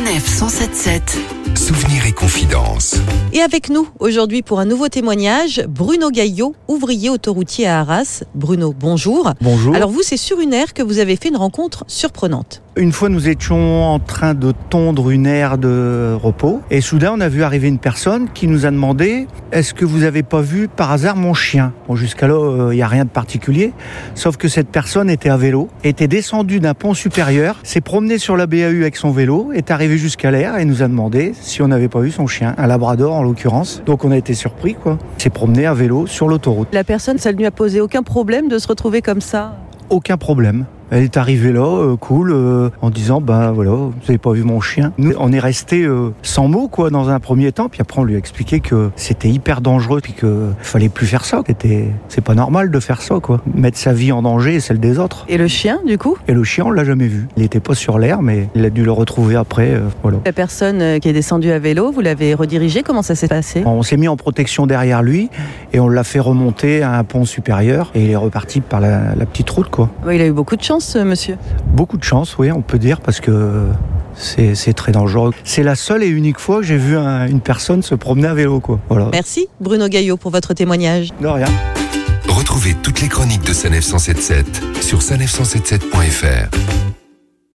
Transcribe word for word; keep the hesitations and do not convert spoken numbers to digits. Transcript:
Sanef cent sept sept. Souvenirs et confidences. Et avec nous aujourd'hui pour un nouveau témoignage, Bruno Gaillot, ouvrier autoroutier à Arras. Bruno, bonjour. Bonjour. Alors vous, c'est sur une aire que vous avez fait une rencontre surprenante. Une fois, nous étions en train de tondre une aire de repos et soudain, on a vu arriver une personne qui nous a demandé « Est-ce que vous avez pas vu par hasard mon chien ?» Bon, jusqu'à là, il euh, n'y a rien de particulier, sauf que cette personne était à vélo, était descendue d'un pont supérieur, s'est promenée sur la B A U avec son vélo, est arrivée jusqu'à l'aire et nous a demandé si on n'avait pas vu son chien, un labrador en l'occurrence. Donc on a été surpris, quoi. S'est promené à vélo sur l'autoroute. La personne, ça ne lui a posé aucun problème de se retrouver comme ça? Aucun problème. Elle est arrivée là, euh, cool, euh, en disant, ben voilà, vous avez pas vu mon chien. Nous, on est resté euh, sans mots, quoi, dans un premier temps. Puis après, on lui a expliqué que c'était hyper dangereux, puis que fallait plus faire ça. C'était, c'est pas normal de faire ça, quoi. Mettre sa vie en danger et celle des autres. Et le chien, du coup? Et le chien, on l'a jamais vu. Il était pas sur l'air, mais il a dû le retrouver après, euh, voilà. La personne qui est descendue à vélo, vous l'avez redirigée, comment ça s'est passé? On s'est mis en protection derrière lui et on l'a fait remonter à un pont supérieur et il est reparti par la, la petite route, quoi. Il a eu beaucoup de chance, ce monsieur. Beaucoup de chance, oui, on peut dire, parce que c'est, c'est très dangereux. C'est la seule et unique fois que j'ai vu un, une personne se promener à vélo, quoi. Voilà. Merci Bruno Gaillot pour votre témoignage. De rien. Retrouvez toutes les chroniques de Sanef cent soixante-dix-sept sur sanef cent soixante-dix-sept point f r.